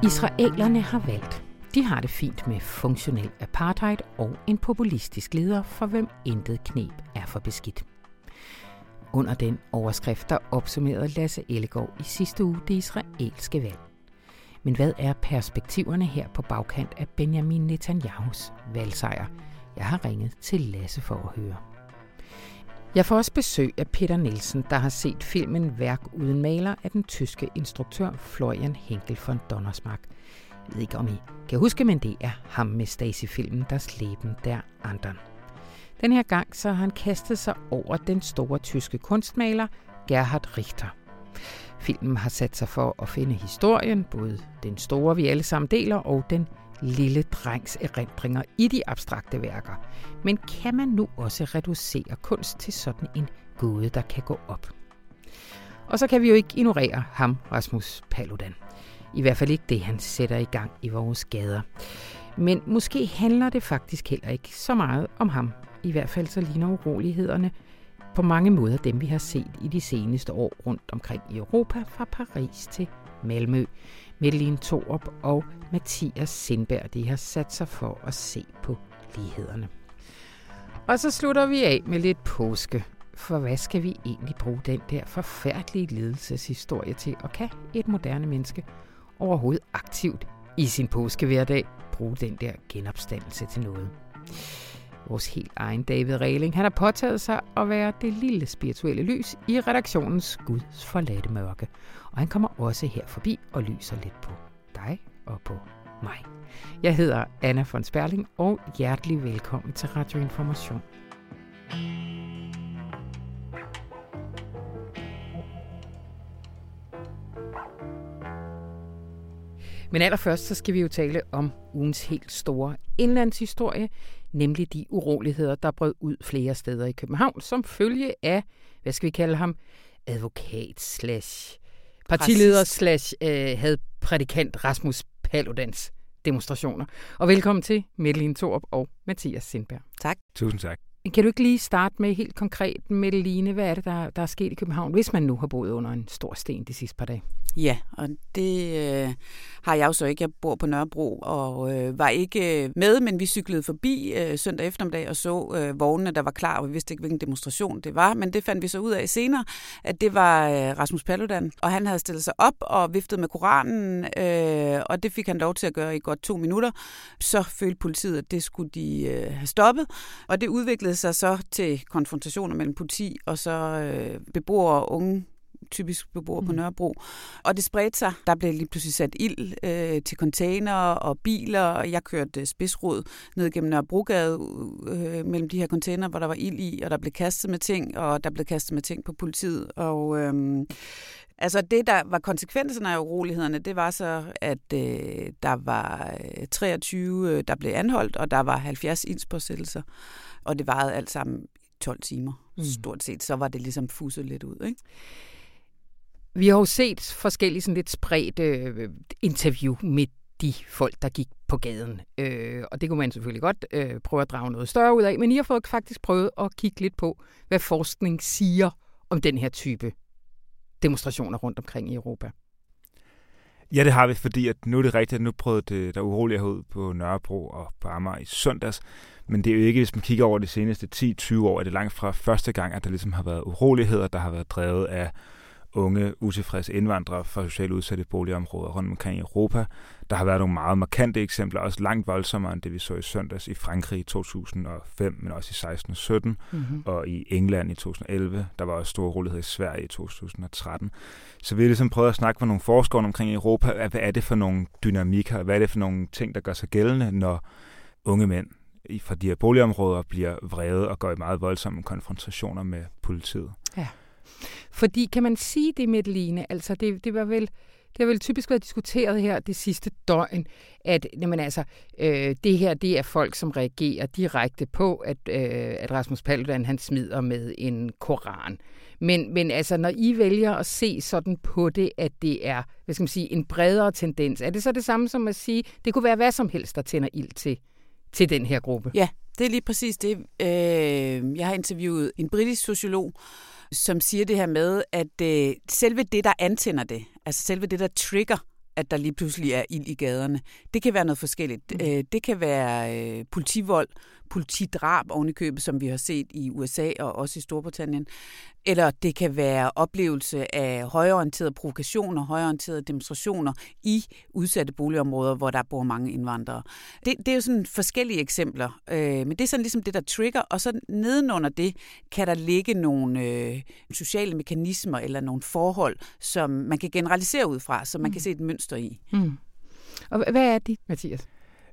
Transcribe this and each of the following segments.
Israelerne har valgt. De har det fint med funktionel apartheid og en populistisk leder, for hvem intet kneb er for beskidt. Under den overskrift, der opsummerede Lasse Ellegaard i sidste uge det israelske valg. Men hvad er perspektiverne her på bagkant af Benjamin Netanyahus valgsejr? Jeg har ringet til Lasse for at høre. Jeg får også besøg af Peter Nielsen, der har set filmen Værk uden maler af den tyske instruktør Florian Henkel von Donnersmarck. Jeg ved ikke, om I kan huske, men det er ham med Stasi-filmen Das Leben der Anderen. Den her gang så har han kastet sig over den store tyske kunstmaler Gerhard Richter. Filmen har sat sig for at finde historien, både den store, vi alle sammen deler, og den lille drengs erindringer i de abstrakte værker. Men kan man nu også reducere kunst til sådan en gåde, der kan gå op? Og så kan vi jo ikke ignorere ham, Rasmus Paludan. I hvert fald ikke det, han sætter i gang i vores gader. Men måske handler det faktisk heller ikke så meget om ham. I hvert fald så ligner urolighederne på mange måder dem, vi har set i de seneste år rundt omkring i Europa, fra Paris til Malmø. Madeleine Thorup og Mathias Sindberg, de har sat sig for at se på lighederne. Og så slutter vi af med lidt påske. For hvad skal vi egentlig bruge den der forfærdelige lidelseshistorie til? Og kan et moderne menneske overhovedet aktivt i sin påskehverdag bruge den der genopstandelse til noget? Vores helt egen David Rehling, han har påtaget sig at være det lille spirituelle lys i redaktionens Guds forladte mørke. Og han kommer også her forbi og lyser lidt på dig og på mig. Jeg hedder Anna von Sperling, og hjertelig velkommen til Radio Information. Men allerførst så skal vi jo tale om ugens helt store indlandshistorie, nemlig de uroligheder, der brød ud flere steder i København, som følge af, hvad skal vi kalde ham, advokat / partileder / hadprædikant Rasmus Paludans demonstrationer. Og velkommen til Madeleine Thorup og Mathias Sindberg. Tak. Tusind tak. Kan du ikke lige starte med helt konkret, Madeleine, hvad er det, der er sket i København, hvis man nu har boet under en stor sten de sidste par dage? Ja, og det har jeg jo så ikke. Jeg bor på Nørrebro og var ikke med, men vi cyklede forbi søndag eftermiddag og så vognene, der var klar, og vi vidste ikke, hvilken demonstration det var, men det fandt vi så ud af senere, at det var Rasmus Paludan, og han havde stillet sig op og viftet med Koranen, og det fik han lov til at gøre i godt 2 minutter. Så følte politiet, at det skulle de have stoppet, og det udviklede sig så til konfrontationer mellem politi og så beboere og unge, typisk beboere på Nørrebro. Og det spredte sig. Der blev lige pludselig sat ild til containere og biler, og jeg kørte spidsrod ned gennem Nørrebrogade mellem de her containere, hvor der var ild i, og der blev kastet med ting, og der blev kastet med ting på politiet. Og altså det, der var konsekvenserne af urolighederne, det var så, at der var 23, der blev anholdt, og der var 70 ildspåsættelser, og det varede alt sammen 12 timer. Stort set, så var det ligesom fuset lidt ud, ikke? Vi har jo set forskellige sådan lidt spredte interview med de folk, der gik på gaden. Og det kunne man selvfølgelig godt prøve at drage noget større ud af, men I har faktisk prøvet at kigge lidt på, hvad forskning siger om den her type demonstrationer rundt omkring i Europa. Ja, det har vi, fordi at nu er det rigtigt, at nu prøvede det der uroligheder ud på Nørrebro og på Amager i søndags. Men det er jo ikke, hvis man kigger over de seneste 10-20 år, at det langt fra første gang, at der ligesom har været uroligheder, der har været drevet af unge, utilfredse indvandrere fra socialt udsatte boligområder rundt omkring i Europa. Der har været nogle meget markante eksempler, også langt voldsommere end det, vi så i søndags i Frankrig i 2005, men også i 16 og 17, og i England i 2011. Der var også store uroligheder i Sverige i 2013. Så vi har ligesom prøvet at snakke med nogle forskere omkring i Europa. Hvad er det for nogle dynamikker? Hvad er det for nogle ting, der gør sig gældende, når unge mænd fra de her boligområder bliver vrede og går i meget voldsomme konfrontationer med politiet? Ja. Fordi kan man sige det, Madeleine, altså det har vel typisk været diskuteret her det sidste døgn, at jamen altså, det her, det er folk, som reagerer direkte på, at Rasmus Paludan, han smider med en koran. Men altså, når I vælger at se sådan på det, at det er, hvad skal man sige, en bredere tendens, er det så det samme som at sige, det kunne være hvad som helst, der tænder ild til den her gruppe? Ja, det er lige præcis det. Jeg har interviewet en britisk sociolog, som siger det her med, at selve det, der antænder det, altså selve det, der trigger at der lige pludselig er ild i gaderne. Det kan være noget forskelligt. Det kan være politivold, politidrab ovenikøbet, som vi har set i USA og også i Storbritannien. Eller det kan være oplevelse af højreorienterede provokationer, højreorienterede demonstrationer i udsatte boligområder, hvor der bor mange indvandrere. Det er jo sådan forskellige eksempler, men det er sådan ligesom det, der trigger, og så nedenunder det kan der ligge nogle sociale mekanismer eller nogle forhold, som man kan generalisere ud fra, så man kan se et mønster i. Og hvad er det, Mathias?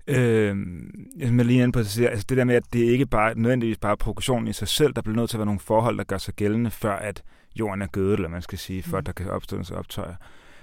Jeg er lige inde på at sige, altså det der med, at det ikke bare nødvendigvis bare provokationen i sig selv, der bliver nødt til at være nogle forhold, der gør sig gældende, før at jorden er gødet, eller man skal sige, før der kan opstå nogle optøjer.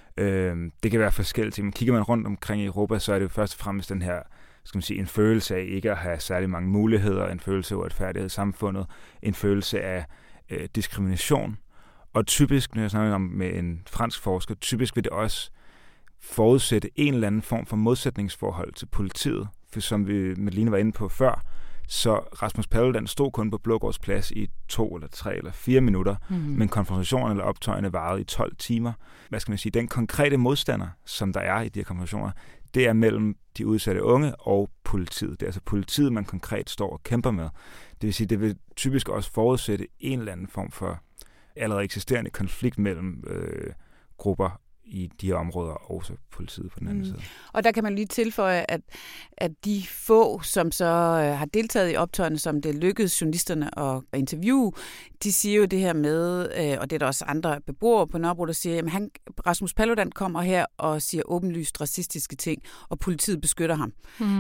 Det kan være forskellige ting. Men kigger man rundt omkring i Europa, så er det jo først og fremmest den her, skal man sige, en følelse af ikke at have særlig mange muligheder, en følelse af uretfærdighed i samfundet, en følelse af diskrimination. Og typisk, når jeg snakker om med en fransk forsker, typisk vil det også forudsætte en eller anden form for modsætningsforhold til politiet. For som vi med Line var inde på før, så Rasmus Paludan stod kun på Blågårds Plads i 2 eller 3 eller 4 minutter, men konfrontationerne eller optøjerne varede i 12 timer. Hvad skal man sige? Den konkrete modstander, som der er i de her konfrontationer, det er mellem de udsatte unge og politiet. Det er altså politiet, man konkret står og kæmper med. Det vil sige, det vil typisk også forudsætte en eller anden form for allerede eksisterende konflikt mellem grupper i de her områder, og også politiet på den anden side. Og der kan man lige tilføje, at de få, som så har deltaget i optøjerne, som det lykkedes journalisterne at interviewe, de siger jo det her med, og det er der også andre beboere på Nørrebro, der siger, at Rasmus Paludan kommer her og siger åbenlyst racistiske ting, og politiet beskytter ham.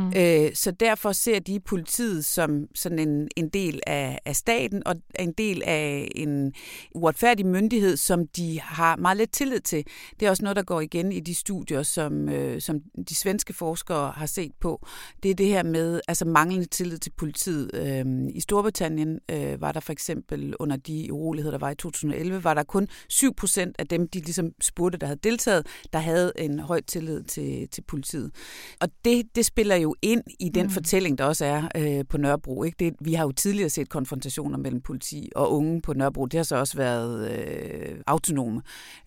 Så derfor ser de politiet som sådan en del af staten, og en del af en uretfærdig myndighed, som de har meget lidt tillid til. Det er også noget, der går igen i de studier, som de svenske forskere har set på. Det er det her med altså manglende tillid til politiet. I Storbritannien var der for eksempel under de uroligheder, der var i 2011, var der kun 7% af dem, de ligesom spurgte, der havde deltaget, der havde en høj tillid til politiet. Og det spiller jo ind i den fortælling, der også er på Nørrebro. Ikke? Vi har jo tidligere set konfrontationer mellem politi og unge på Nørrebro. Det har så også været autonome.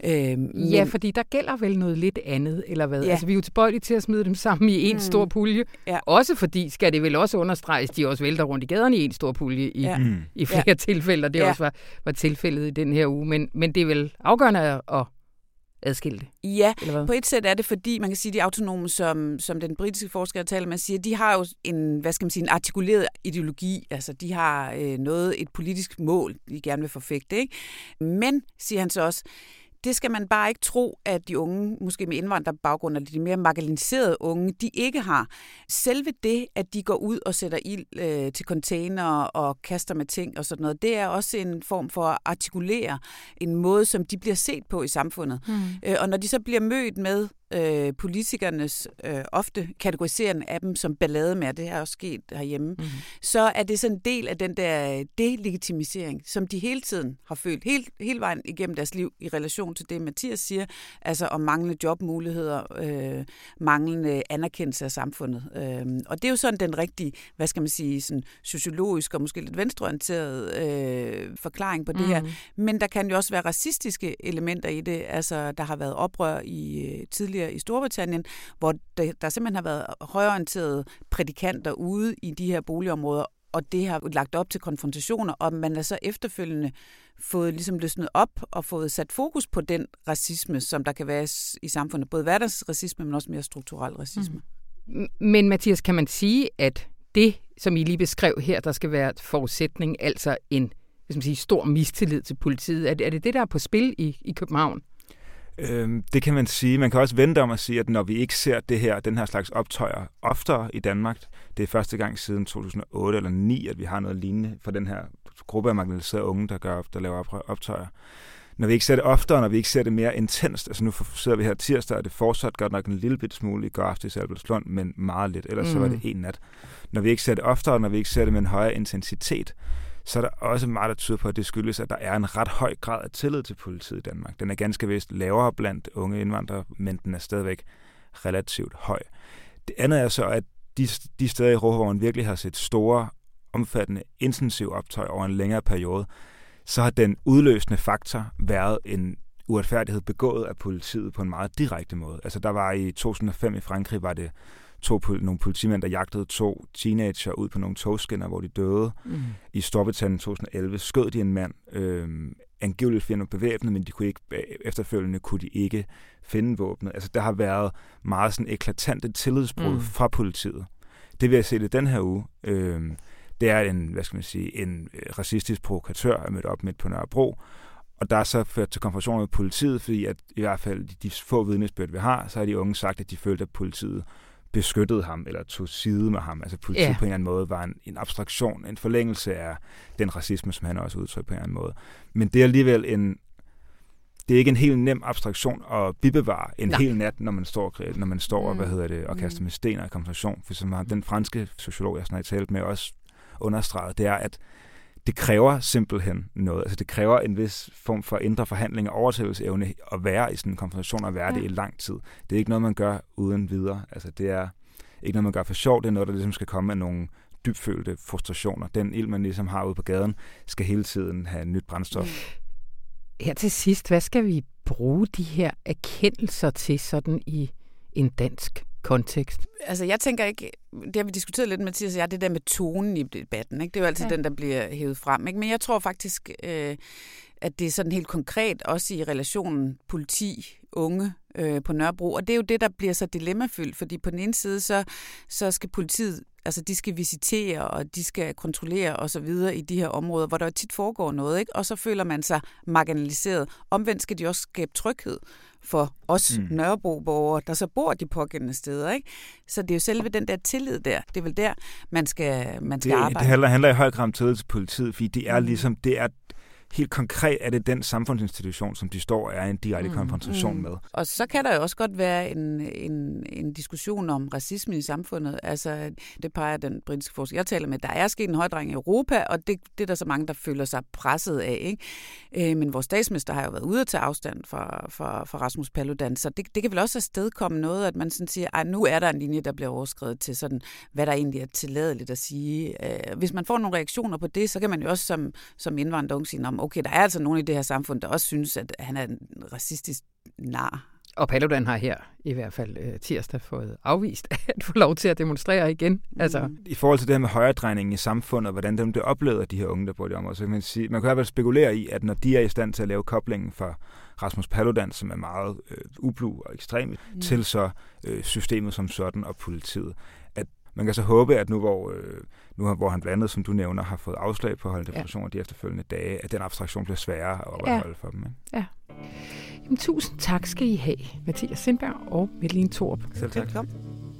Ja, fordi der gælder vel noget lidt andet, eller hvad? Ja. Altså, vi er jo tilbøjelige til at smide dem sammen i en stor pulje. Ja. Også fordi, skal det vel også understreges, de også vælter rundt i gaderne i en stor pulje i flere tilfælde, og det også var tilfældet i den her uge. Men det er vel afgørende at adskille det? Ja, på et sæt er det, fordi man kan sige, at de autonome, som den britiske forsker taler med, siger, de har jo en artikuleret ideologi. Altså, de har et politisk mål, de gerne vil forfægte, ikke? Men, siger han så også, det skal man bare ikke tro, at de unge, måske med indvandrerbaggrund, eller de mere marginaliserede unge, de ikke har. Selve det, at de går ud og sætter ild til containere og kaster med ting og sådan noget, det er også en form for at artikulere en måde, som de bliver set på i samfundet. Og når de så bliver mødt med politikernes ofte kategorisering af dem som ballademager, det har også sket herhjemme, så er det sådan en del af den der delegitimisering, som de hele tiden har følt, hele vejen igennem deres liv i relation til det, Mathias siger, altså om manglende jobmuligheder, manglende anerkendelse af samfundet. Og det er jo sådan den rigtige, hvad skal man sige, sådan sociologisk og måske lidt venstreorienteret forklaring på det her. Men der kan jo også være racistiske elementer i det. Altså, der har været oprør tidligere i Storbritannien, hvor der simpelthen har været højreorienterede prædikanter ude i de her boligområder, og det har lagt op til konfrontationer, og man er så efterfølgende fået ligesom løsnet op og fået sat fokus på den racisme, som der kan være i samfundet. Både hverdagsracisme, men også mere strukturel racisme. Men Mathias, kan man sige, at det, som I lige beskrev her, der skal være forudsætning, altså en stor mistillid til politiet, er det der er på spil i København? Det kan man sige. Man kan også vente om at sige, at når vi ikke ser den her slags optøjer oftere i Danmark, det er første gang siden 2008 eller 2009, at vi har noget lignende for den her gruppe af marginaliserede unge, der laver optøjer. Når vi ikke ser det oftere, når vi ikke ser det mere intenst, altså nu sidder vi her tirsdag, og det fortsat godt nok en lille bit smule i går aftes i Albertslund, men meget lidt, ellers så var det en nat. Når vi ikke ser det oftere, når vi ikke ser det med en højere intensitet, så er der også meget, der tyder på, at det skyldes, at der er en ret høj grad af tillid til politiet i Danmark. Den er ganske vist lavere blandt unge indvandrere, men den er stadigvæk relativt høj. Det andet er så, at de steder i Europa, hvor man virkelig har set store, omfattende, intensive optøj over en længere periode, så har den udløsende faktor været uretfærdighed begået af politiet på en meget direkte måde. Altså der var i 2005 i Frankrig, var det nogle politimænd, der jagtede 2 teenager ud på nogle togskinner, hvor de døde. I Storbritannien 2011 skød de en mand, angiveligt finde bevæbnet, men efterfølgende kunne de ikke finde våbnet. Altså der har været meget sådan eklatante tillidsbrud fra politiet. Det vi har set i den her uge, det er en racistisk provokatør, er mødt op midt på Nørrebro, og der er så ført til konfrontationer med politiet, fordi at i hvert fald de få vidnesbyrd, vi har, så har de unge sagt, at de følte, at politiet beskyttede ham, eller tog side med ham. Altså politiet på en eller anden måde var en abstraktion, en forlængelse af den racisme, som han også udtrykker på en eller anden måde. Men det er alligevel det er ikke en helt nem abstraktion at bibevare en hel nat, når man står og kaster med sten og i konfrontation. For som den franske sociolog, jeg snart talt med, også understreget, det er, at det kræver simpelthen noget. Altså det kræver en vis form for indre forhandling og overtagelsesevne at være i sådan en konfrontation og være det i lang tid. Det er ikke noget, man gør uden videre. Altså det er ikke noget, man gør for sjov. Det er noget, der ligesom skal komme af nogle dybfølte frustrationer. Den ild, man ligesom har ude på gaden, skal hele tiden have nyt brændstof. Her til sidst, hvad skal vi bruge de her erkendelser til sådan i en dansk kontekst? Altså, jeg tænker ikke, det har vi diskuteret lidt, Mathias, det der med tonen i debatten, ikke? Det er jo altid den, der bliver hævet frem, ikke? Men jeg tror faktisk, at det er sådan helt konkret, også i relationen politi-unge på Nørrebro, og det er jo det, der bliver så dilemmafyldt, fordi på den ene side, så skal politiet, altså de skal visitere, og de skal kontrollere og så videre i de her områder, hvor der tit foregår noget, ikke? Og så føler man sig marginaliseret. Omvendt skal de også skabe tryghed for os Nørrebro-borgere, der så bor de pågældende steder, ikke? Så det er jo selve den der tillid der. Det er vel der, man skal arbejde. Det handler i høj grad om tillid til politiet, fordi det er ligesom, det er helt konkret, er det den samfundsinstitution, som de står og er i en direkte konfrontation med. Og så kan der jo også godt være en diskussion om racisme i samfundet. Altså, det peger den britiske forsker, jeg taler med. Der er sket en højdring i Europa, og det er der så mange, der føler sig presset af, ikke? Men vores statsminister har jo været ude at tage afstand fra Rasmus Paludan, så det kan vel også afstedkomme noget, at man sådan siger, nu er der en linje, der bliver overskredet til sådan, hvad der egentlig er tilladeligt at sige. Hvis man får nogle reaktioner på det, så kan man jo også som indvandrer sige, okay, der er altså nogen i det her samfund, der også synes, at han er en racistisk nar. Og Paludan har her i hvert fald tirsdag fået afvist at få lov til at demonstrere igen. Altså. I forhold til det her med højredrejningen i samfundet, og hvordan dem det oplever, de her unge, der bor i det område, så kan man sige, man kan i hvert fald spekulere i, at når de er i stand til at lave koblingen for Rasmus Paludan, som er meget ublu og ekstrem, til så systemet som sådan og politiet, at man kan så håbe, at nu hvor han blandt andet, som du nævner, har fået afslag på at holde demonstrationer de efterfølgende dage, at den abstraktion bliver sværere at opretholde for dem. Ikke? Ja. Jamen, tusind tak skal I have, Mathias Sindberg og Madeleine Thorup. Selv tak. Velkommen.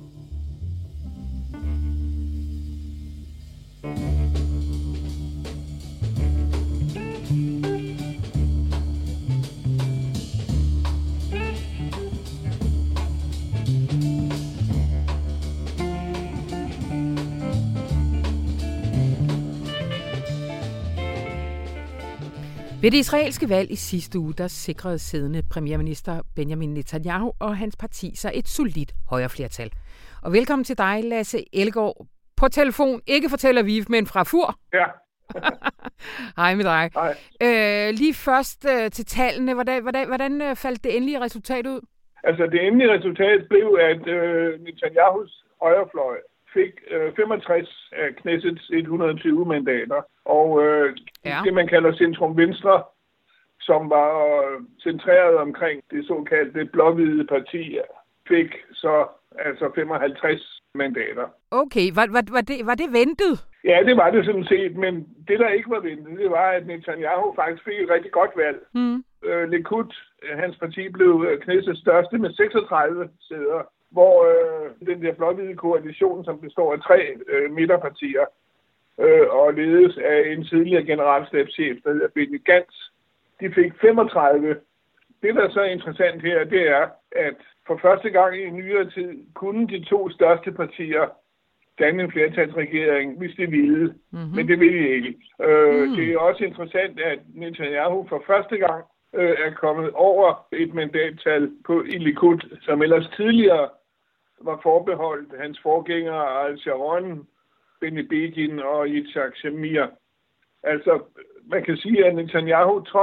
Ved det israelske valg i sidste uge, der sikrede siddende premierminister Benjamin Netanyahu og hans parti sig et solidt højreflertal. Og velkommen til dig, Lasse Ellegaard, på telefon, ikke fra Tel Aviv, men fra Fur. Ja. Hej med dig. Hej. Lige først til tallene, hvordan faldt det endelige resultat ud? Altså det endelige resultat blev, at Netanyahus højrefløj fik 65 af Knessets 120 mandater, og det man kalder centrum-venstre, som var centreret omkring det såkaldte blåhvide parti, fik så altså 55 mandater. Okay, var det ventet? Ja, det var det sådan set, men det der ikke var ventet, det var, at Netanyahu faktisk fik et rigtig godt valg. Likud, hans parti, blev Knessets største med 36 sæder, hvor den der blåhvide koalition, som består af 3 midterpartier, og ledes af en tidligere generalstabschef, der hedder Benny Gantz, de fik 35. Det, der er så interessant her, det er, at for første gang i nyere tid kunne de 2 største partier danne en flertalsregering, hvis de ville. Men det vil de ikke. Det er også interessant, at Netanyahu for første gang er kommet over et mandattal i Likud, som ellers tidligere var forbeholdt hans forgængere Ariel Sharon, Benny Begin og Yitzhak Shamir. Altså, man kan sige, at Netanyahu trods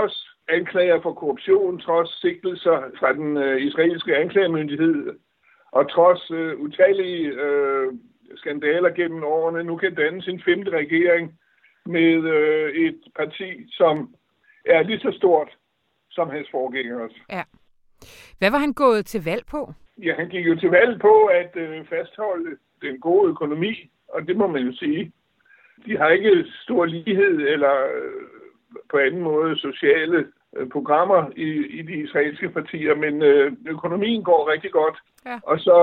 anklager for korruption, trods sigtelser fra den israelske anklagemyndighed, og trods utallige skandaler gennem årene, nu kan danne sin 5. regering med et parti, som er lige så stort som hans forgængere. Ja. Hvad var han gået til valg på? Ja, han gik jo til valg på at fastholde den gode økonomi, og det må man jo sige. De har ikke stor lighed eller på anden måde sociale programmer i de israelske partier, men økonomien går rigtig godt. Ja. Og så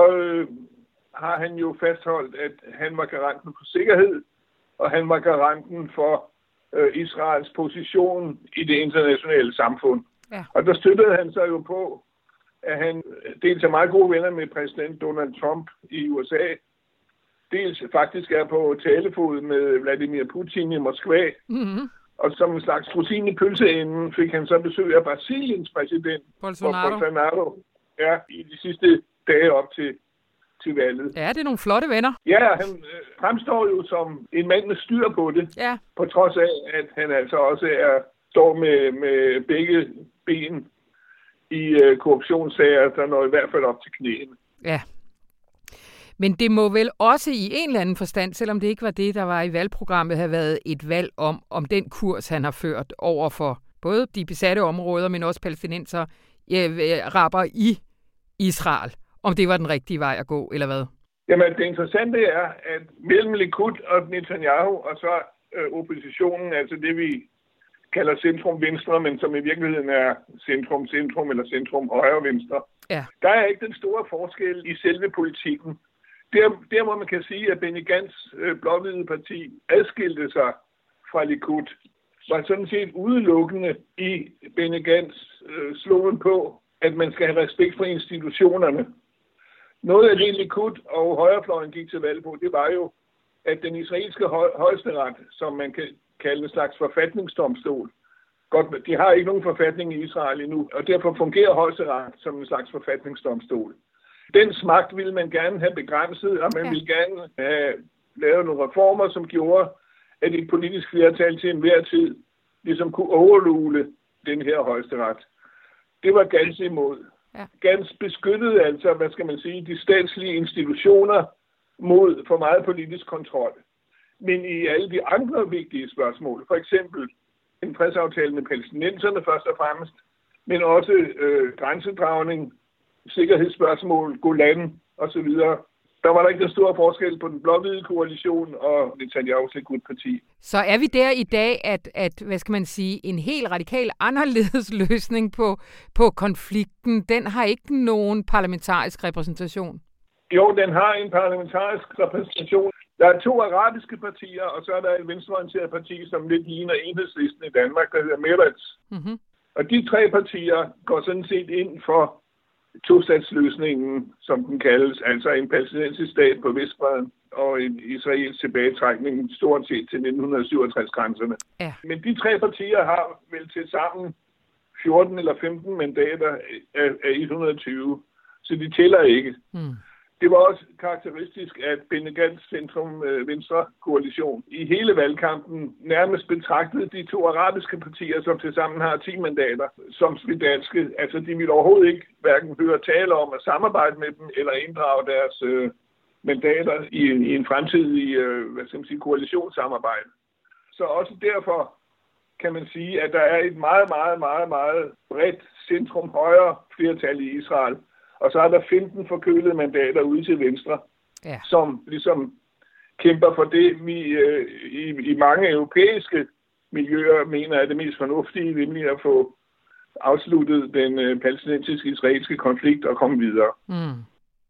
har han jo fastholdt, at han var garanten for sikkerhed, og han var garanten for Israels position i det internationale samfund. Ja. Og der støttede han sig jo på, at han dels er meget gode venner med præsident Donald Trump i USA, dels faktisk er på talefod med Vladimir Putin i Moskva, og som en slags rosin i pølseenden fik han så besøg af Brasiliens præsident Bolsonaro i de sidste dage op til valget. Ja, det er nogle flotte venner. Ja, han fremstår jo som en mand med styr på det, på trods af, at han altså også står med begge ben i korruptionssager, der når i hvert fald op til knæene. Ja. Men det må vel også i en eller anden forstand, selvom det ikke var det, der var i valgprogrammet, have været et valg om den kurs, han har ført over for både de besatte områder, men også palæstinenser, araber i Israel. Om det var den rigtige vej at gå, eller hvad? Jamen, det interessante er, at mellem Likud og Netanyahu, og så oppositionen, altså det vi kalder centrum-venstre, men som i virkeligheden er centrum-centrum eller centrum-højre-venstre. Ja. Der er ikke den store forskel i selve politikken. Der hvor man kan sige, at Benny Gantz blå-hvide parti adskilte sig fra Likud, var sådan set udelukkende i Benny Gantz slogan på, at man skal have respekt for institutionerne. Noget af det Likud og højrefløjen gik til valg på, det var jo, at den israelske højesteret, som man kan kalde en slags forfatningsdomstol, godt, de har ikke nogen forfatning i Israel endnu, og derfor fungerer højesteret som en slags forfatningsdomstol. Dens magt ville man gerne have begrænset, og man ville gerne have lavet nogle reformer, som gjorde, at et politisk flertal til enhver tid ligesom kunne overrule den her højesteret. Det var Gantz imod. Ja. Gantz beskyttede altså, hvad skal man sige, de statslige institutioner mod for meget politisk kontrol. Men i alle de andre vigtige spørgsmål, for eksempel en fredsaftale med palæstinenserne først og fremmest, men også grænsedragning, sikkerhedsspørgsmål, Golan osv., der var der ikke den store forskel på den blå-hvide koalition og Netanyahus Likud-parti. Så er vi der i dag, at hvad skal man sige, en helt radikal anderledes løsning på konflikten, den har ikke nogen parlamentarisk repræsentation? Jo, den har en parlamentarisk repræsentation. Der er 2 arabiske partier, og så er der et venstreorienteret parti, som lidt ligner Enhedslisten i Danmark, der hedder Meretz. Mm-hmm. Og de 3 partier går sådan set ind for tostatsløsningen, som den kaldes, altså en palæstinensisk stat på Vestbredden og en israelsk tilbagetrækning stort set til 1967-grænserne. Ja. Men de 3 partier har vel til sammen 14 eller 15 mandater af 120, så de tæller ikke. Mm. Det var også karakteristisk, at Benny Gantz centrum-venstre-koalition i hele valgkampen nærmest betragtede de 2 arabiske partier, som tilsammen har 10 mandater, som spedalske. Altså, de ville overhovedet ikke hverken høre tale om at samarbejde med dem, eller inddrage deres mandater i en fremtidig koalitionssamarbejde. Så også derfor kan man sige, at der er et meget, meget, meget, meget bredt centrum-højre flertal i Israel. Og så er der 15 forkølede mandater ude til venstre, som ligesom kæmper for det, vi i mange europæiske miljøer mener er det mest fornuftige, nemlig at få afsluttet den palæstinensisk-israelske konflikt og komme videre. Mm.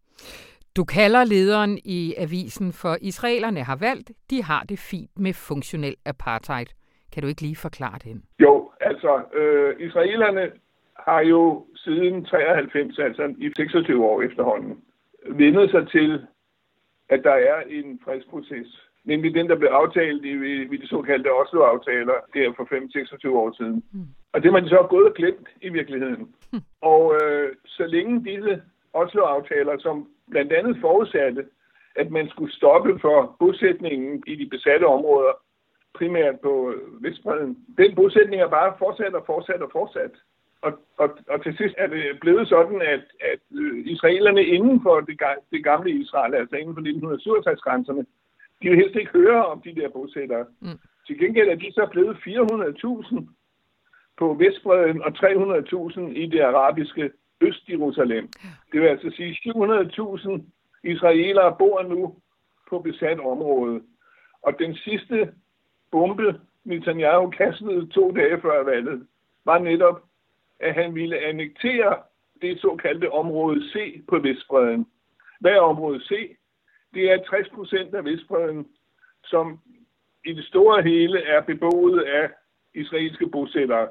Du kalder lederen i avisen for israelerne har valgt, de har det fint med funktionel apartheid. Kan du ikke lige forklare det? Jo, altså israelerne har jo siden 93, altså i 26 år efterhånden, vendet sig til, at der er en fredsproces. Nemlig den, der blev aftalt i de såkaldte Oslo-aftaler der for 5-26 år siden. Mm. Og det man så gået og glemt i virkeligheden. Mm. Og så længe disse Oslo-aftaler, som blandt andet forudsatte, at man skulle stoppe for bosætningen i de besatte områder primært på Vestbredden. Den bosætning er bare fortsat. Og til sidst er det blevet sådan, at israelerne inden for det gamle Israel, altså inden for 1967-grænserne, de vil helst ikke høre om de der bosættere. Til gengæld er de så blevet 400.000 på Vestbredden og 300.000 i det arabiske Øst-Jerusalem. Det vil altså sige, 700.000 israelere bor nu på besat område. Og den sidste bombe, Netanyahu kastede 2 dage før valget, var netop, at han ville annektere det såkaldte område C på Vestbredden. Hvad er område C? Det er 60% af Vestbredden, som i det store hele er beboet af israelske bosættere.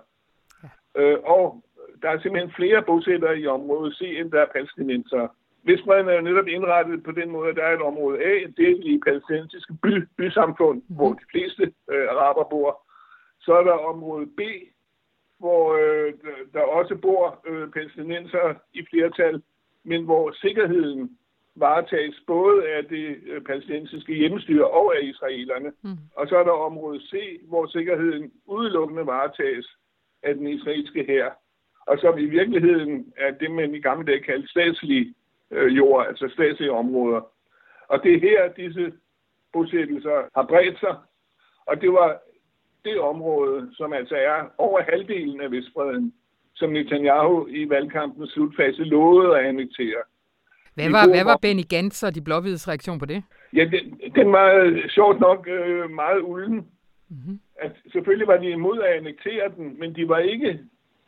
Og der er simpelthen flere bosættere i området C, end der er palæstinensere. Vestbredden er jo netop indrettet på den måde, at der er et område A, det er de palæstinensiske bysamfund, hvor de fleste araber bor. Så er der område B, hvor der også bor palæstinensere i flertal, men hvor sikkerheden varetages både af det palæstinensiske hjemmestyre og af israelerne. Og så er der område C, hvor sikkerheden udelukkende varetages af den israelske hær. Og som i virkeligheden er det, man i gamle dage kaldte statslige jord, altså statslige områder. Og det er her, disse bosættelser har bredt sig. Og det var det område, som altså er over halvdelen af Vestbredden, som Netanyahu i valgkampens slutfase lovede at annektere. Hvad var Benny Gantz og de blåhvides reaktion på det? Ja, den var sjovt nok meget ulden. At selvfølgelig var de imod at annektere den, men de var ikke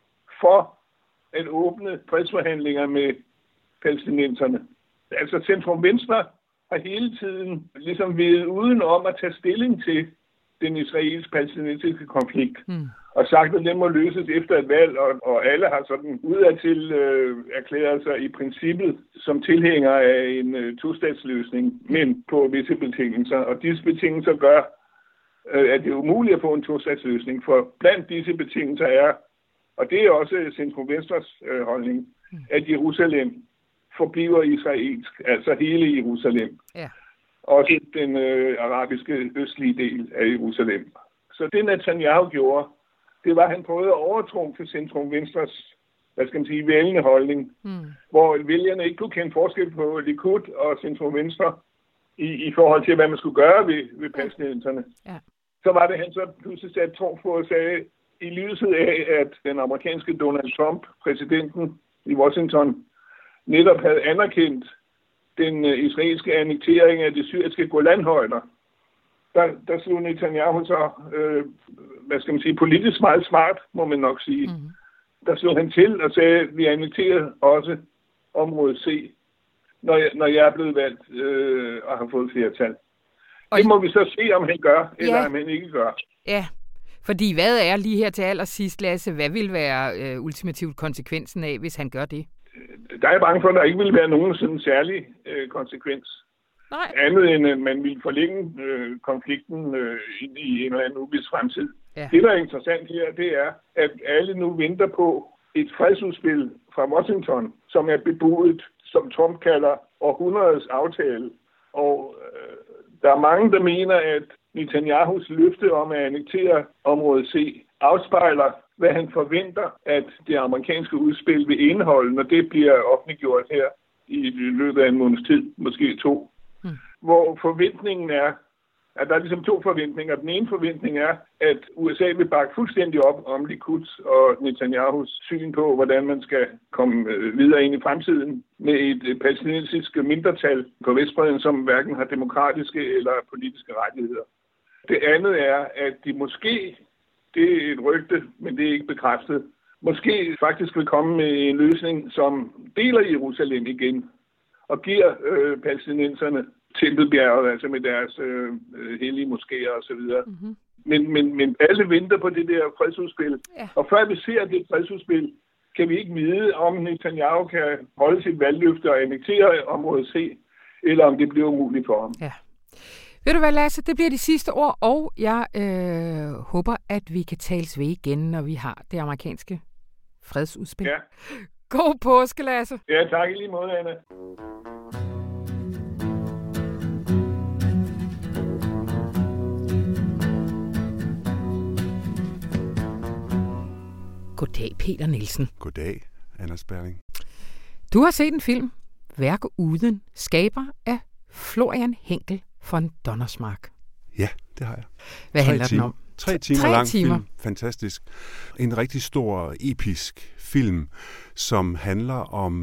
for at åbne fredsforhandlinger med palæstinenserne. Altså Centrum Venstre har hele tiden ligesom været uden om at tage stilling til den israelsk-palæstinensiske konflikt. Og sagt, at den må løses efter et valg, og alle har sådan udadtil erklæret sig i princippet som tilhænger af en tostatsløsning, men på visse betingelser. Og disse betingelser gør, at det er umuligt at få en tostatsløsning, for blandt disse betingelser er, og det er også Centrum Venstres holdning, at Jerusalem forbliver israelsk, altså hele Jerusalem. Ja. Også den arabiske østlige del af Jerusalem. Så det Netanyahu gjorde, det var, at han prøvede at overtrumfe Centrum Venstres, vælgende holdning, hvor vælgerne ikke kunne kende forskel på Likud og Centrum Venstre i forhold til, hvad man skulle gøre ved palæstinenserne. Ja. Så var det, han så pludselig satte trumf på og sagde, i lyset af, at den amerikanske Donald Trump, præsidenten i Washington, netop havde anerkendt den israelske annektering af de syriske Golanhøjder, der slog Netanyahu så, politisk meget smart, må man nok sige. Der slog han til og sagde, at vi annekterer også område C, når jeg er blevet valgt og har fået flertal. Det må vi så se, om han gør, eller om han ikke gør. Ja, fordi hvad er lige her til allersidst, Lasse, hvad vil være ultimativt konsekvensen af, hvis han gør det? Der er jeg bange for, at der ikke vil være nogen sådan særlig konsekvens. Nej. Andet end, at man vil forlænge konflikten ind i en eller anden uvis fremtid. Ja. Det, der er interessant her, det er, at alle nu venter på et fredsudspil fra Washington, som er bebudet, som Trump kalder århundredets aftale. Og der er mange, der mener, at Netanyahus løfte om at annektere område C afspejler, hvad han forventer, at det amerikanske udspil vil indeholde, når det bliver offentliggjort her i løbet af en måneds tid, måske 2. Hvor forventningen er, at der er ligesom 2 forventninger. Den ene forventning er, at USA vil bakke fuldstændig op om Likuds og Netanyahus syn på, hvordan man skal komme videre ind i fremtiden med et palæstinensisk mindretal på Vestbredden, som hverken har demokratiske eller politiske rettigheder. Det andet er, at de måske, det er et rygte, men det er ikke bekræftet, måske faktisk vil komme med en løsning, som deler Jerusalem igen og giver palæstinenserne Tempelbjerget, altså med deres hellige moskéer og så videre. Men alle venter på det der fredsudspil. Ja. Og før vi ser det fredsudspil, kan vi ikke vide, om Netanyahu kan holde sit valgløfte og annektere område C, eller om det bliver umuligt for ham. Ja. Ved du hvad, Lasse, det bliver de sidste ord, og jeg håber, at vi kan tales ved igen, når vi har det amerikanske fredsudspil. Ja. God påske, Lasse. Ja, tak i lige måde, Anna. Peter Nielsen. Goddag, Anders Berling. Du har set en film, Værk uden, skaber af Florian Henkel von Donnersmarck. Ja, det har jeg. Hvad handler den om? 3 timer lang film. Fantastisk. En rigtig stor, episk film, som handler om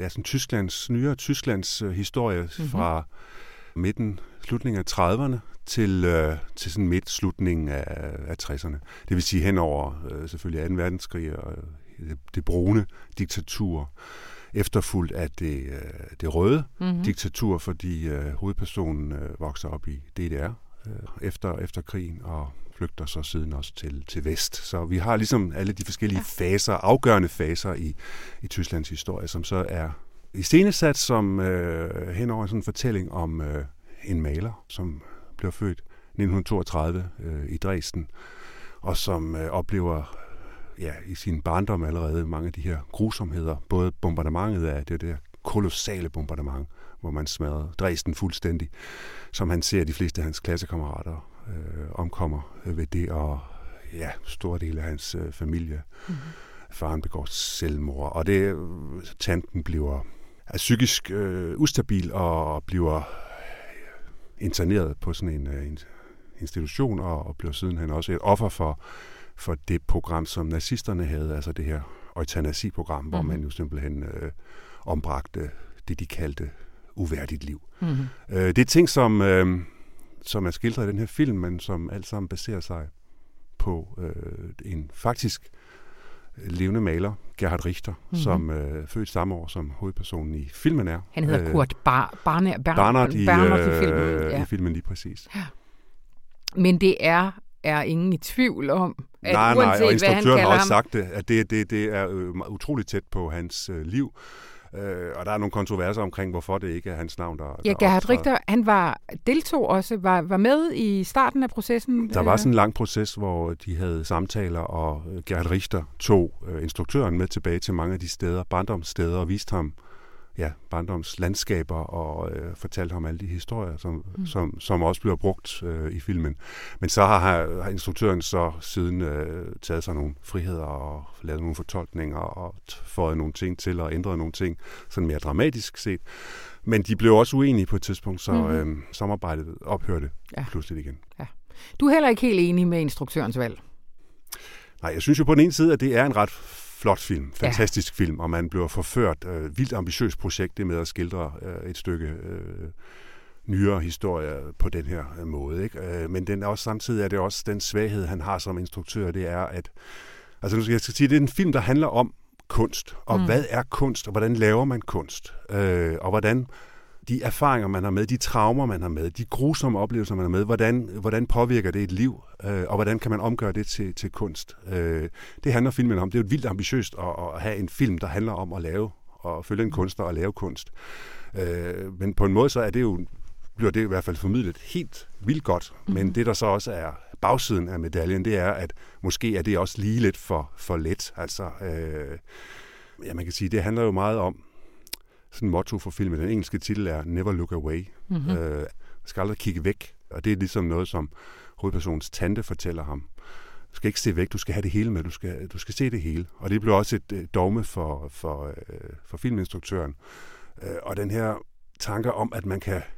nyere Tysklands historie fra slutningen af 30'erne til sådan slutningen af 60'erne. Det vil sige hen over selvfølgelig 2. verdenskrig og det brune diktatur, efterfulgt af det røde diktatur, fordi hovedpersonen vokser op i DDR efter krigen og flygter så siden også til vest. Så vi har ligesom alle de forskellige faser, afgørende faser i Tysklands historie, som så er iscenesat som henover sådan en fortælling om en maler, som blev født 1932 i Dresden, og som oplever i sin barndom allerede mange af de her grusomheder. Både bombardementet af det der kolossale bombardement, hvor man smadrer Dresden fuldstændig, som han ser de fleste af hans klassekammerater omkommer ved det, og store dele af hans familie. Faren begår selvmord, og tanten bliver psykisk ustabil og bliver interneret på sådan en institution, og bliver sidenhen også et offer for det program, som nazisterne havde, altså det her eutanasi-program, hvor man jo simpelthen ombragte det, de kaldte uværdigt liv. Det er ting, som er skildret i den her film, men som alt sammen baserer sig på en faktisk levende maler, Gerhard Richter, som født samme år, som hovedpersonen i filmen er. Han hedder Kurt Barnard i filmen lige præcis. Ja. Men det er ingen i tvivl om, at nej, uanset og instruktøren har også sagt det, at det er utroligt tæt på hans liv. Og der er nogle kontroverser omkring, hvorfor det ikke er hans navn, der Gerhard Richter, han deltog også, var med i starten af processen. Der var sådan en lang proces, hvor de havde samtaler, og Gerhard Richter tog instruktøren med tilbage til mange af de steder, barndomssteder, og viste ham barndomslandskaber, og fortalte ham alle de historier, som også bliver brugt i filmen. Men så har instruktøren så siden taget sig nogle friheder og lavet nogle fortolkninger og fået nogle ting til og ændret nogle ting, sådan mere dramatisk set. Men de blev også uenige på et tidspunkt, så samarbejdet ophørte pludselig igen. Ja. Du er heller ikke helt enig med instruktørens valg? Nej, jeg synes jo på den ene side, at det er en ret flot film, fantastisk film, og man bliver forført. Vildt ambitiøst projekt, det med at skildre et stykke nyere historie på den her måde. Ikke? Men samtidig er det også den svaghed, han har som instruktør, det er, at jeg skal sige, det er en film, der handler om kunst, og hvad er kunst, og hvordan laver man kunst, og hvordan de erfaringer, man har med, de traumer, man har med, de grusomme oplevelser, man har med, hvordan påvirker det et liv, og hvordan kan man omgøre det til kunst. Det handler filmen om. Det er jo vildt ambitiøst at have en film, der handler om at lave, og følge en kunstner og lave kunst. Men på en måde så bliver det i hvert fald formidlet helt vildt godt. Men det, der så også er bagsiden af medaljen, det er, at måske er det også lige lidt for let. Altså, man kan sige, det handler jo meget om, sådan en motto for filmen. Den engelske titel er Never Look Away. Skal aldrig kigge væk. Og det er ligesom noget, som hovedpersonens tante fortæller ham. Du skal ikke se væk, du skal have det hele med. Du skal se det hele. Og det blev også et dogme for filminstruktøren. Og den her tanke om, at man kan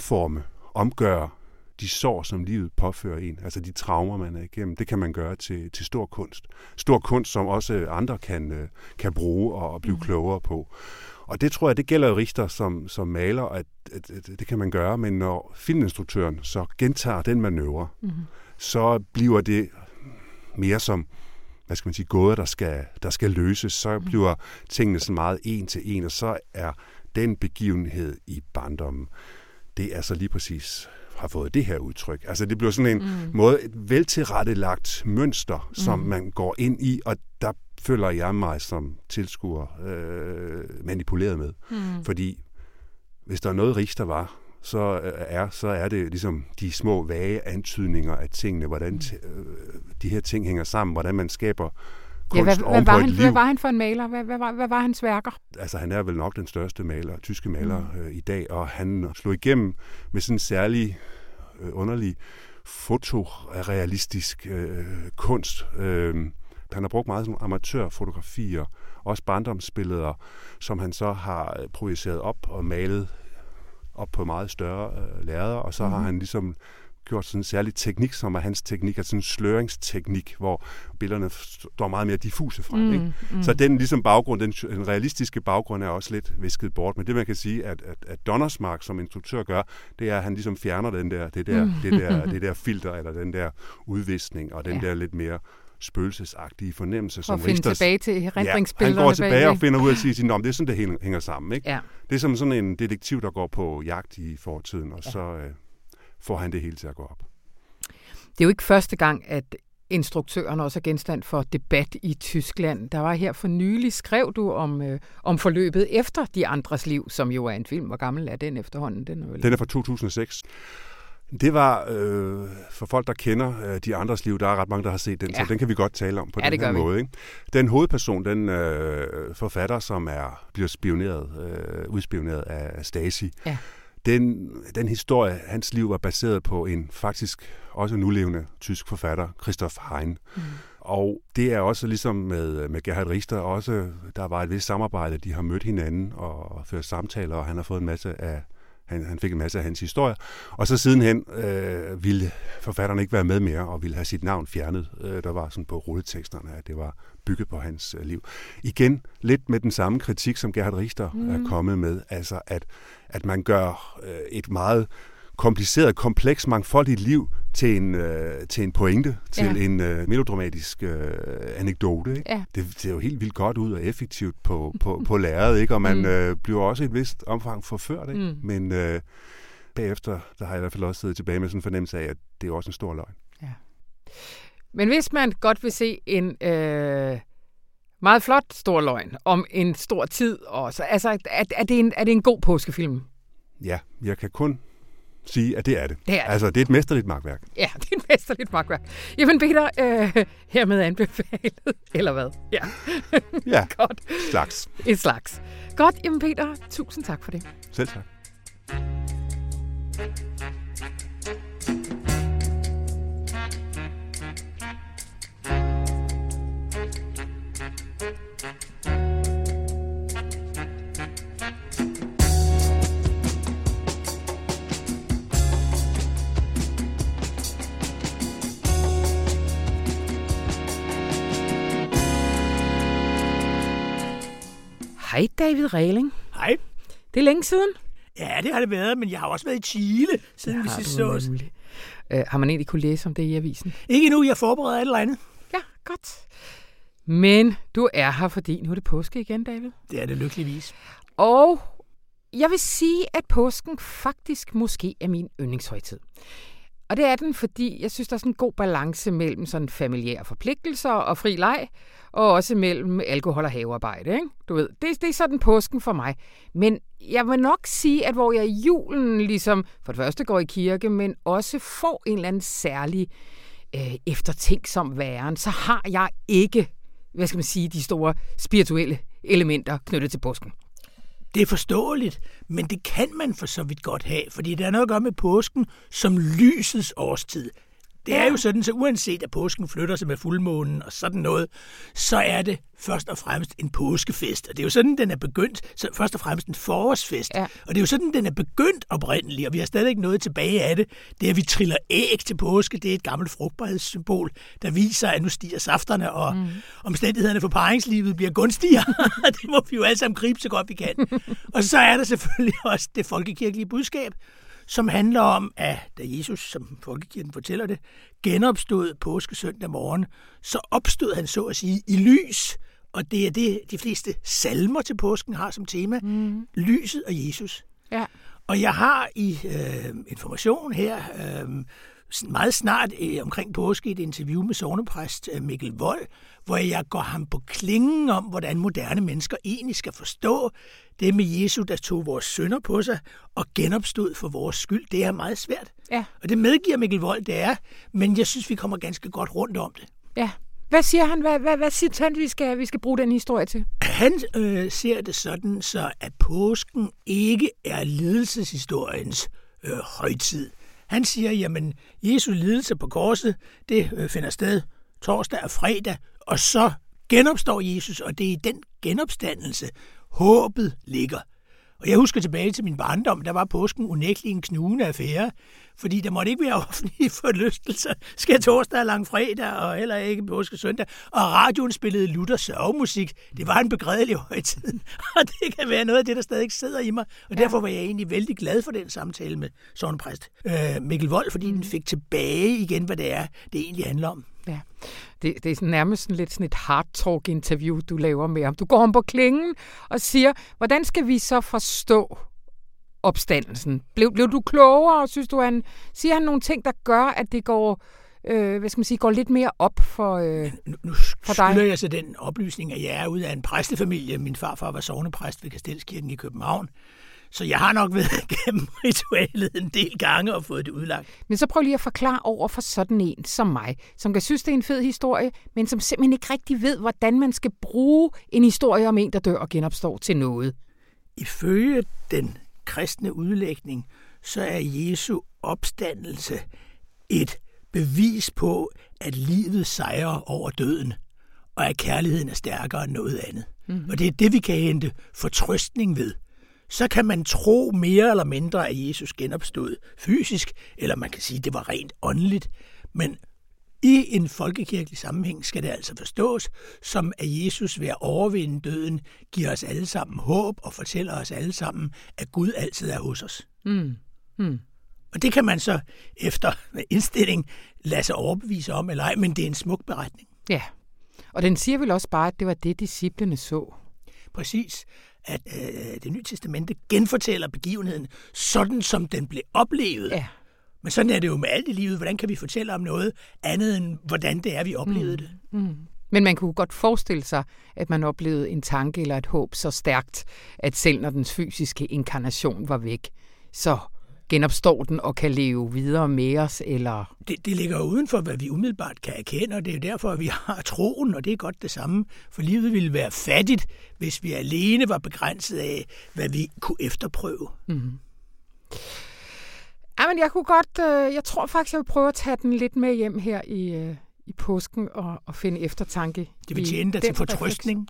omgøre de sår, som livet påfører en, altså de traumer, man er igennem, det kan man gøre til stor kunst. Stor kunst, som også andre kan bruge og blive klogere på. Og det tror jeg, det gælder jo Richter som maler, at det kan man gøre, men når filminstruktøren så gentager den manøvre, så bliver det mere som, gåder, der skal løses, så bliver tingene så meget en til en, og så er den begivenhed i barndommen, det er så lige præcis har fået det her udtryk. Altså det bliver sådan en måde, et veltilrettelagt mønster, som man går ind i, og der føler jeg mig som tilskuer manipuleret med. Fordi hvis der er noget Richter var, så er det ligesom de små vage antydninger af tingene, hvordan de her ting hænger sammen, hvordan man skaber kunst oven på et liv. Hvad var han for en maler? Hvad var hans værker? Altså han er vel nok den største tyske maler i dag, og han slog igennem med sådan en særlig underlig fotorealistisk kunst. Han har brugt meget sådan amatørfotografier, også barndomsbilleder, som han så har projiceret op og malet op på meget større lærreder, og så har han ligesom gjort sådan en særlig teknik, som er hans teknik, altså sådan en sløringsteknik, hvor billederne står meget mere diffuse frem. Ikke? Så den ligesom baggrund, den realistiske baggrund er også lidt visket bort. Men det man kan sige, at Donnersmarck som instruktør gør, det er, at han ligesom fjerner det der filter, eller den der udvisning, og den der lidt mere spøgelsesagtige fornemmelse. For at finde tilbage til erindringsbillederne. Han går tilbage og finder ud af at sige, at det er sådan, det hænger sammen. Ikke? Ja. Det er som sådan en detektiv, der går på jagt i fortiden, og så får han det hele til at gå op. Det er jo ikke første gang, at instruktøren også er genstand for debat i Tyskland. Der var her for nylig, skrev du om forløbet efter De andres liv, som jo er en film. Hvor gammel er den efterhånden? Den er fra 2006. Det var, for folk, der kender De andres liv, der er ret mange, der har set den, så den kan vi godt tale om på den her måde. Ikke? Den hovedperson, den forfatter, som bliver udspioneret af Stasi, den historie, hans liv var baseret på en faktisk også nulevende tysk forfatter, Christoph Hein. Og det er også ligesom med Gerhard Richter, også der var et vist samarbejde, de har mødt hinanden og ført samtaler, og han har fået en masse af han fik en masse af hans historier, og så sidenhen ville forfatteren ikke være med mere, og ville have sit navn fjernet. Der var sådan på rulleteksterne, at det var bygget på hans liv. Igen, lidt med den samme kritik, som Gerhard Richter er kommet med, altså at man gør et meget kompliceret, kompleks, mangfoldigt liv til en pointe, til en melodramatisk anekdote. Ikke? Ja. Det ser jo helt vildt godt ud og effektivt på lærredet, ikke? Og man bliver også i et vist omfang forført. Ikke? Men bagefter, der har jeg i hvert fald også siddet tilbage med sådan en fornemmelse af, at det er også en stor løgn. Ja. Men hvis man godt vil se en meget flot stor løgn om en stor tid, også, altså, er det en god påskefilm? Ja, jeg kan kun sige, at det er det. Altså, det er et mesterligt makværk. Ja, det er et mesterligt makværk. Jamen, Peter, hermed anbefalet, eller hvad? Ja. Ja, godt. Et slags. Godt, jamen Peter, tusind tak for det. Selv tak. Hej David Rehling. Hej. Det er længe siden. Ja, det har det været, men jeg har også været i Chile, siden vi sidst så os. Har man egentlig kunne læse om det i avisen? Ikke endnu, jeg forbereder et eller andet. Ja, godt. Men du er her, fordi nu er det påske igen, David. Det er det lykkeligvis. Og jeg vil sige, at påsken faktisk måske er min yndlingshøjtid. Og det er den, fordi jeg synes, der er sådan en god balance mellem sådan familiære forpligtelser og fri leg, og også mellem alkohol og havearbejde, ikke? Du ved, det er sådan påsken for mig. Men jeg vil nok sige, at hvor jeg i julen ligesom for det første går i kirke, men også får en eller anden særlig eftertænksom væren, så har jeg ikke, hvad skal man sige, de store spirituelle elementer knyttet til påsken. Det er forståeligt, men det kan man for så vidt godt have, fordi det er noget at gøre med påsken som lysets årstid. Det er jo sådan, så uanset at påsken flytter sig med fuldmånen og sådan noget, så er det først og fremmest en påskefest. Og det er jo sådan, den er begyndt, så først og fremmest en forårsfest. Ja. Og det er jo sådan, den er begyndt oprindeligt, og vi har stadig ikke noget tilbage af det. Det er, at vi triller æg til påske, det er et gammelt frugtbarhedssymbol, der viser, at nu stiger safterne, og omstændighederne for parringslivet bliver gunstigere. Det må vi jo alle sammen gribe så godt vi kan. Og så er der selvfølgelig også det folkekirkelige budskab, som handler om, at da Jesus, som folkekirken fortæller det, genopstod påskesøndag morgen, så opstod han så at sige i lys. Og det er det, de fleste salmer til påsken har som tema. Lyset og Jesus. Ja. Og jeg har i information her meget snart omkring påske et interview med sognepræst Mikkel Wold, hvor jeg går ham på klingen om, hvordan moderne mennesker egentlig skal forstå det med Jesus, der tog vores synder på sig og genopstod for vores skyld. Det er meget svært. Ja. Og det medgiver Mikkel Wold, det er, men jeg synes, vi kommer ganske godt rundt om det. Ja. Hvad siger han? Hvad siger han, vi skal bruge den historie til? Han ser det sådan, så at påsken ikke er lidelseshistoriens højtid. Han siger, jamen, Jesu lidelse på korset, det finder sted torsdag og fredag, og så genopstår Jesus, og det er i den genopstandelse, håbet ligger. Og jeg husker tilbage til min barndom, der var påsken unægtelig en knugende affære, fordi der måtte ikke være offentlige forlystelser. Skal torsdag og langfredag, og heller ikke påskesøndag. Og radioen spillede Luther sørgemusik. Det var en begredelig højtid, og det kan være noget af det, der stadig sidder i mig. Og derfor var jeg egentlig vældig glad for den samtale med sognepræst Mikkel Wold, fordi den fik tilbage igen, hvad det er, det egentlig handler om. Ja, det er nærmest lidt sådan et hard talk interview, du laver med ham. Du går om på klingen og siger, hvordan skal vi så forstå opstandelsen? Blev du klogere, og synes du, siger han nogle ting, der gør, at det går, går lidt mere op for dig? Nu skylder jeg så den oplysning, at jeg er ude af en præstefamilie. Min farfar var sognepræst ved Kastelskirken i København. Så jeg har nok været gennem ritualet en del gange og fået det udlagt. Men så prøv lige at forklare over for sådan en som mig, som kan synes, det er en fed historie, men som simpelthen ikke rigtig ved, hvordan man skal bruge en historie om en, der dør og genopstår til noget. Ifølge den kristne udlægning, så er Jesu opstandelse et bevis på, at livet sejrer over døden, og at kærligheden er stærkere end noget andet. Mm-hmm. Og det er det, vi kan hente fortrøstning ved. Så kan man tro mere eller mindre, at Jesus genopstod fysisk, eller man kan sige, at det var rent åndeligt. Men i en folkekirkelig sammenhæng skal det altså forstås, som at Jesus ved at overvinde døden giver os alle sammen håb og fortæller os alle sammen, at Gud altid er hos os. Og det kan man så efter indstilling lade sig overbevise om eller ej, men det er en smuk beretning. Ja, og den siger vel også bare, at det var det, disciplene så. Præcis, at det nye testamente genfortæller begivenheden sådan, som den blev oplevet. Ja. Men sådan er det jo med alt i livet. Hvordan kan vi fortælle om noget andet, end hvordan det er, vi oplevede det? Men man kunne godt forestille sig, at man oplevede en tanke eller et håb så stærkt, at selv når dens fysiske inkarnation var væk, så genopstår den og kan leve videre med os, eller? Det ligger jo uden for, hvad vi umiddelbart kan erkende, og det er jo derfor, at vi har troen, og det er godt det samme. For livet ville være fattigt, hvis vi alene var begrænset af, hvad vi kunne efterprøve. Mm-hmm. Jamen, jeg tror faktisk, jeg vil prøve at tage den lidt med hjem her i påsken og finde eftertanke. Det vil tjene dig til fortrøstning.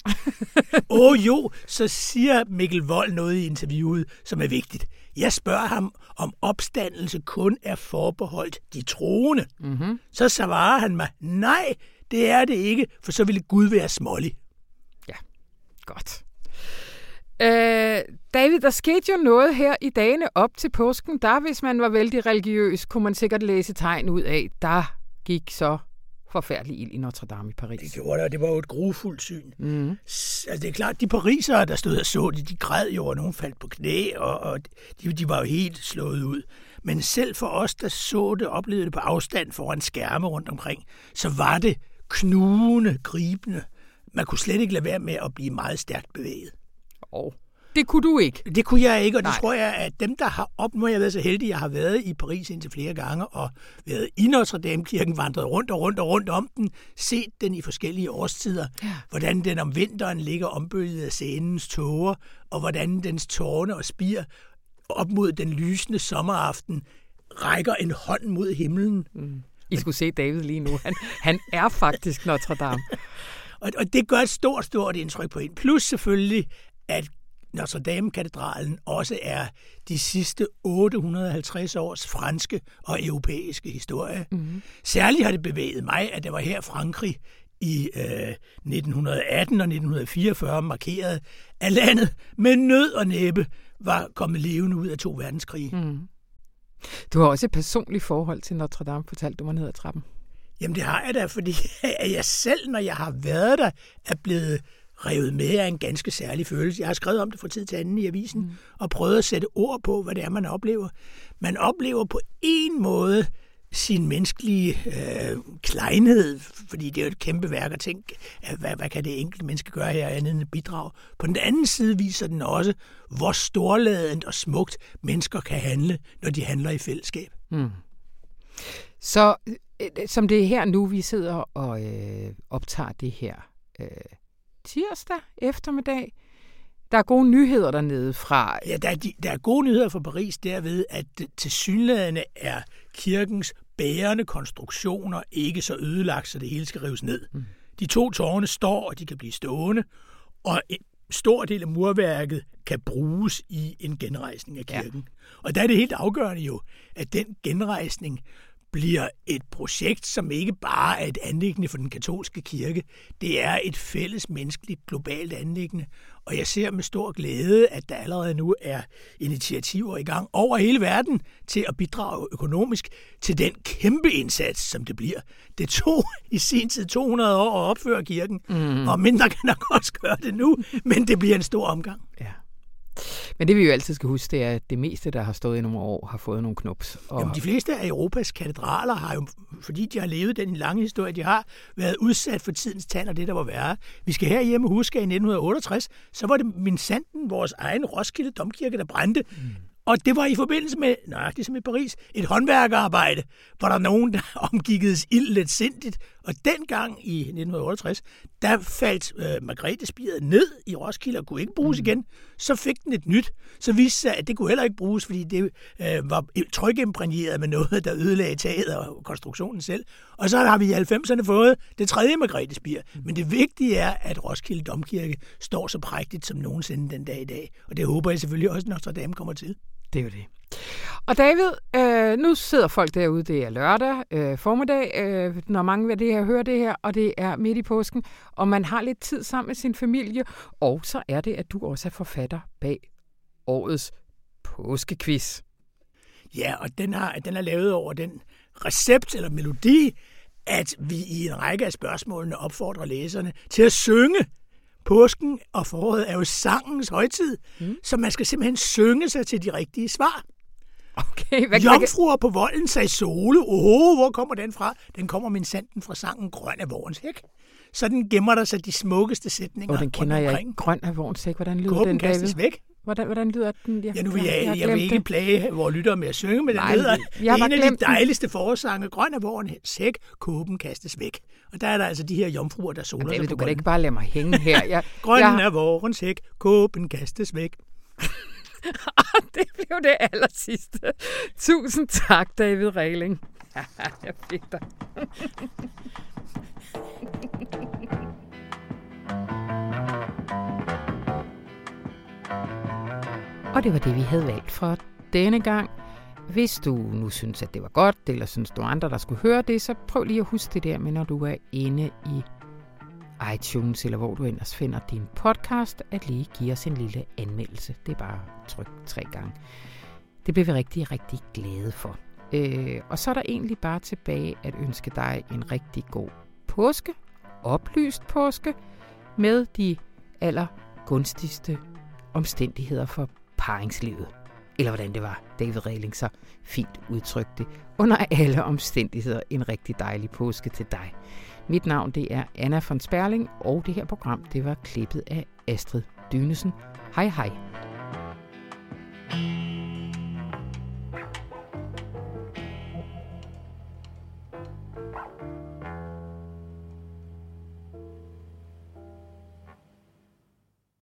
Jo, så siger Mikkel Wold noget i interviewet, som er vigtigt. Jeg spørger ham, om opstandelse kun er forbeholdt de troende. Mm-hmm. Så svarer han mig, nej, det er det ikke, for så ville Gud være smålig. Ja, godt. David, der skete jo noget her i dagene op til påsken. Der, hvis man var vældig religiøs, kunne man sikkert læse tegn ud af, der gik så forfærdelig ild i Notre Dame i Paris. Det gjorde det, det var jo et grufuldt syn. Mm. Altså, det er klart, de parisere, der stod og så det, de græd jo, og nogen faldt på knæ, og de var jo helt slået ud. Men selv for os, der så det, oplevede det på afstand foran skærme rundt omkring, så var det knugende, gribende. Man kunne slet ikke lade være med at blive meget stærkt bevæget. Det kunne du ikke? Det kunne jeg ikke, og det tror jeg, at dem, der har nu har jeg været så heldig, jeg har været i Paris indtil flere gange, og været i Notre Dame-kirken, vandret rundt om den, set den i forskellige årstider, hvordan den om vinteren ligger ombølget af Sænens tåger, og hvordan dens tårne og spir op mod den lysende sommeraften rækker en hånd mod himlen. Mm. I skulle se David lige nu. Han er faktisk Notre Dame. Og det gør et stort indtryk på en. Plus selvfølgelig, at Notre Dame-katedralen også er de sidste 850 års franske og europæiske historie. Mm-hmm. Særligt har det bevæget mig, at det var her Frankrig i 1918 og 1944 markeret, at landet med nød og næppe var kommet levende ud af 2 verdenskrige. Mm. Du har også et personligt forhold til Notre Dame, fortalte du mig ned ad trappen. Jamen det har jeg da, fordi jeg selv, når jeg har været der, er blevet revet med af en ganske særlig følelse. Jeg har skrevet om det fra tid til anden i avisen, og prøvet at sætte ord på, hvad det er, man oplever. Man oplever på en måde sin menneskelige kleinhed, fordi det er jo et kæmpe værk at tænke, hvad kan det enkelte menneske gøre her andet end et bidrag. På den anden side viser den også, hvor storladent og smukt mennesker kan handle, når de handler i fællesskab. Mm. Så som det er her nu, vi sidder og optager det her tirsdag eftermiddag. Der er gode nyheder dernede fra. Ja, der er gode nyheder fra Paris derved, at tilsyneladende er kirkens bærende konstruktioner ikke så ødelagt, så det hele skal rives ned. De 2 tårne står, og de kan blive stående, og en stor del af murværket kan bruges i en genrejsning af kirken. Ja. Og der er det helt afgørende jo, at den genrejsning bliver et projekt, som ikke bare er et anliggende for den katolske kirke. Det er et fælles menneskeligt globalt anliggende. Og jeg ser med stor glæde, at der allerede nu er initiativer i gang over hele verden til at bidrage økonomisk til den kæmpe indsats, som det bliver. Det tog i sin tid 200 år at opføre kirken, og mindre kan nok også gøre det nu, men det bliver en stor omgang. Ja. Men det vi jo altid skal huske, det er, at det meste, der har stået i nogle år, har fået nogle knops. Og... Jamen, de fleste af Europas katedraler har jo, fordi de har levet den lange historie, de har været udsat for tidens tand og det, der var værre. Vi skal herhjemme huske, at i 1968, så var det minsandten vores egen Roskilde Domkirke, der brændte. Og det var i forbindelse med, nøjagtigt som i Paris, et håndværkerarbejde, hvor der nogen, der omgikkedes ild lidt sindigt. Og dengang i 1968, der faldt Margrethespiret ned i Roskilde og kunne ikke bruges igen. Så fik den et nyt. Så viste sig, at det kunne heller ikke bruges, fordi det var trykimprægneret med noget, der ødelagde taget og konstruktionen selv. Og så har vi i 90'erne fået det 3. Margrethespir. Men det vigtige er, at Roskilde Domkirke står så prægtigt som nogensinde den dag i dag. Og det håber jeg selvfølgelig også, når Notre Dame kommer til. Det er jo det. Og David, nu sidder folk derude, det er lørdag formiddag, når mange ved det her hører det her, og det er midt i påsken, og man har lidt tid sammen med sin familie, og så er det, at du også er forfatter bag årets påskequiz. Ja, og den er lavet over den recept eller melodi, at vi i en række af spørgsmålene opfordrer læserne til at synge. Påsken og foråret er jo sangens højtid, så man skal simpelthen synge sig til de rigtige svar. Okay, Jomfruer på volden sagde Sole. Hvor kommer den fra? Den kommer minsandten fra sangen Grøn af Vårens hæk. Så den gemmer der sig de smukkeste sætninger. Den kender jeg ikke. Grøn af Vårens hæk. Hvordan lyder Kåben den, David? Kastes væk. Hvordan lyder den? Nu vil jeg vil ikke plage vores lyttere med at synge, men den lyder en af de dejligste forsange. Grøn af Vårens hæk, kåben kastes væk. Og der er der altså de her jomfruer, der soler sig på du kan ikke bare lade mig hænge her. Grøn af Vårens hæk, kåben kastes væk. Det blev det allersidste. Tusind tak, David Reiling. Jeg fik dig. Og det var det, vi havde valgt for denne gang. Hvis du nu synes, at det var godt, eller synes du andre, der skulle høre det, så prøv lige at huske det der med, når du er inde i iTunes, eller hvor du ellers finder din podcast, at lige give os en lille anmeldelse. Det er bare tryk 3 gange. Det bliver vi rigtig, rigtig glade for. Og så er der egentlig bare tilbage at ønske dig en rigtig god påske, oplyst påske, med de allergunstigste omstændigheder for parringslivet. Eller hvordan det var, David Reiling så fint udtrykte. Under alle omstændigheder en rigtig dejlig påske til dig. Mit navn det er Anna von Sperling, og det her program det var klippet af Astrid Dynesen. Hej hej.